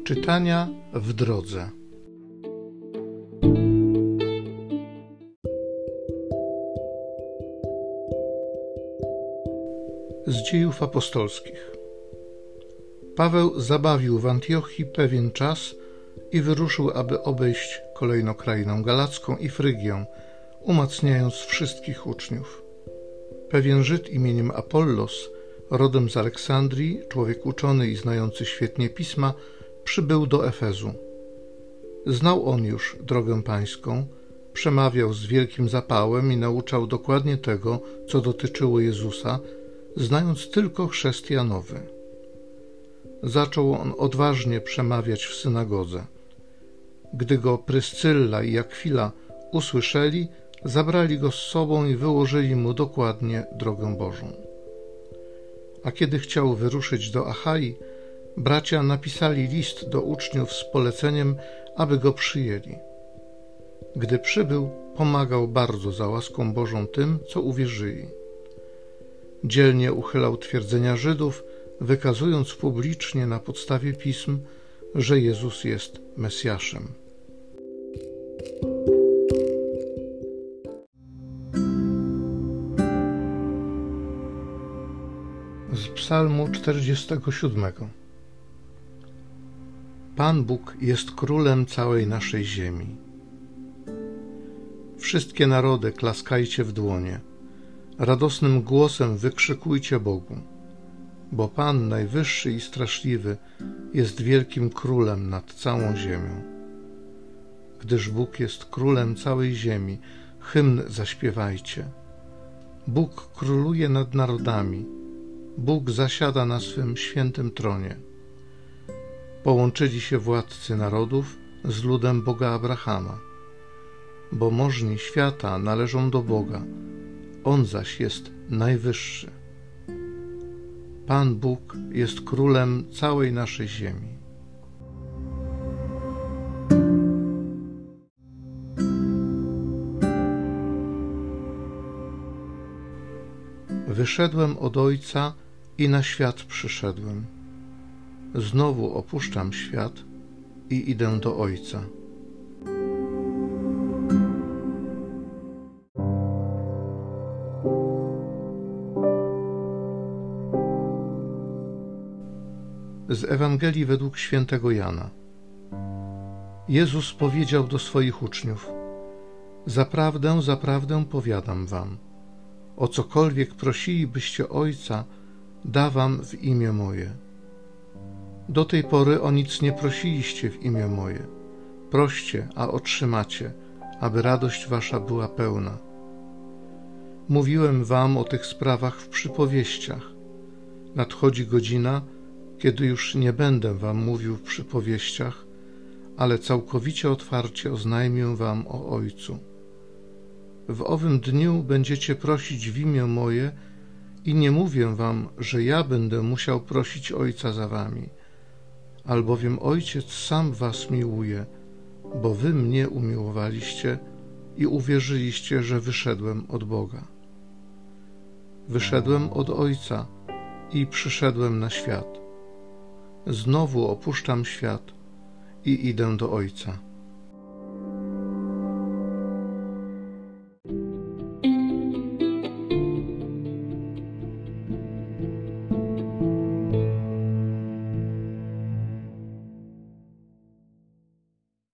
Czytania w drodze. Z Dziejów Apostolskich. Paweł zabawił w Antiochii pewien czas i wyruszył, aby obejść kolejno krainę galacką i Frygię, umacniając wszystkich uczniów. Pewien Żyd imieniem Apollos, rodem z Aleksandrii, człowiek uczony i znający świetnie pisma, przybył do Efezu. Znał on już drogę pańską, przemawiał z wielkim zapałem i nauczał dokładnie tego, co dotyczyło Jezusa, znając tylko chrzest Janowy. Zaczął on odważnie przemawiać w synagodze. Gdy go Pryscylla i Akwila usłyszeli, zabrali go z sobą i wyłożyli mu dokładnie drogę Bożą. A kiedy chciał wyruszyć do Achai, bracia napisali list do uczniów z poleceniem, aby go przyjęli. Gdy przybył, pomagał bardzo za łaską Bożą tym, co uwierzyli. Dzielnie uchylał twierdzenia Żydów, wykazując publicznie na podstawie pism, że Jezus jest Mesjaszem. Z Psalmu 47. Pan Bóg jest królem całej naszej ziemi. Wszystkie narody klaskajcie w dłonie, radosnym głosem wykrzykujcie Bogu, bo Pan najwyższy i straszliwy jest wielkim królem nad całą ziemią. Gdyż Bóg jest królem całej ziemi, hymn zaśpiewajcie. Bóg króluje nad narodami, Bóg zasiada na swym świętym tronie. Połączyli się władcy narodów z ludem Boga Abrahama, bo możni świata należą do Boga, On zaś jest najwyższy. Pan Bóg jest królem całej naszej ziemi. Wyszedłem od Ojca i na świat przyszedłem. Znowu opuszczam świat i idę do Ojca. Z Ewangelii według świętego Jana. Jezus powiedział do swoich uczniów: Zaprawdę, zaprawdę powiadam wam, o cokolwiek prosilibyście Ojca, da wam w imię moje. Do tej pory o nic nie prosiliście w imię moje. Proście, a otrzymacie, aby radość wasza była pełna. Mówiłem wam o tych sprawach w przypowieściach. Nadchodzi godzina, kiedy już nie będę wam mówił w przypowieściach, ale całkowicie otwarcie oznajmię wam o Ojcu. W owym dniu będziecie prosić w imię moje i nie mówię wam, że ja będę musiał prosić Ojca za wami, albowiem Ojciec sam was miłuje, bo wy mnie umiłowaliście i uwierzyliście, że wyszedłem od Boga. Wyszedłem od Ojca i przyszedłem na świat. Znowu opuszczam świat i idę do Ojca.